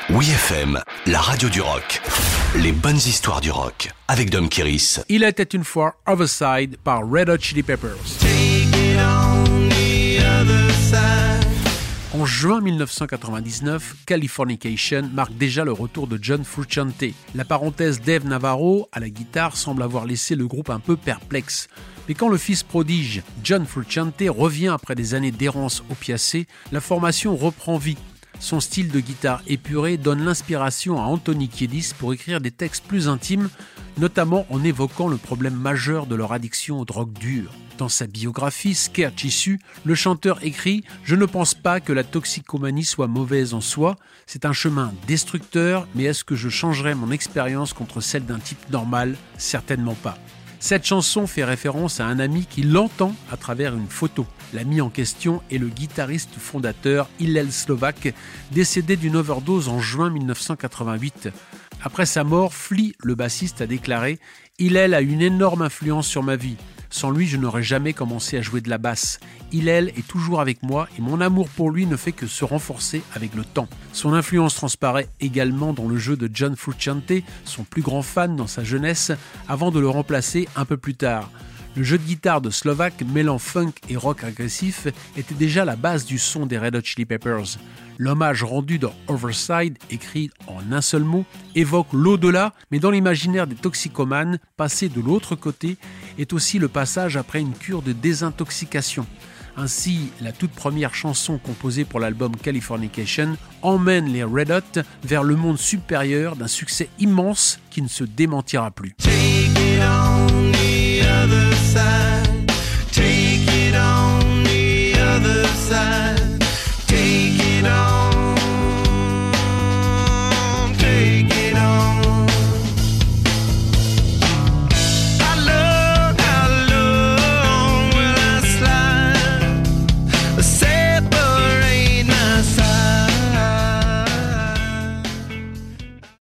Oui FM, la radio du rock. Les bonnes histoires du rock avec Dom Kiris. Il était une fois Overside par Red Hot Chili Peppers. En juin 1999, Californication marque déjà le retour de John Frusciante. La parenthèse Dave Navarro à la guitare semble avoir laissé le groupe un peu perplexe. Mais quand le fils prodige John Frusciante revient après des années d'errance opiacée, la formation reprend vie. Son style de guitare épuré donne l'inspiration à Anthony Kiedis pour écrire des textes plus intimes, notamment en évoquant le problème majeur de leur addiction aux drogues dures. Dans sa biographie Scar Tissue, le chanteur écrit « Je ne pense pas que la toxicomanie soit mauvaise en soi, c'est un chemin destructeur, mais est-ce que je changerais mon expérience contre celle d'un type normal ? Certainement pas. » Cette chanson fait référence à un ami qui l'entend à travers une photo. L'ami en question est le guitariste fondateur Hillel Slovak, décédé d'une overdose en juin 1988. Après sa mort, Flea, le bassiste, a déclaré « Hillel a une énorme influence sur ma vie. Sans lui, je n'aurais jamais commencé à jouer de la basse. Hillel est toujours avec moi et mon amour pour lui ne fait que se renforcer avec le temps. » Son influence transparaît également dans le jeu de John Frusciante, son plus grand fan dans sa jeunesse, avant de le remplacer un peu plus tard. Le jeu de guitare de Slovak, mêlant funk et rock agressif, était déjà la base du son des Red Hot Chili Peppers. L'hommage rendu dans Overside, écrit en un seul mot, évoque l'au-delà, mais dans l'imaginaire des toxicomanes, passer de l'autre côté est aussi le passage après une cure de désintoxication. Ainsi, la toute première chanson composée pour l'album Californication emmène les Red Hot vers le monde supérieur d'un succès immense qui ne se démentira plus. Take it on.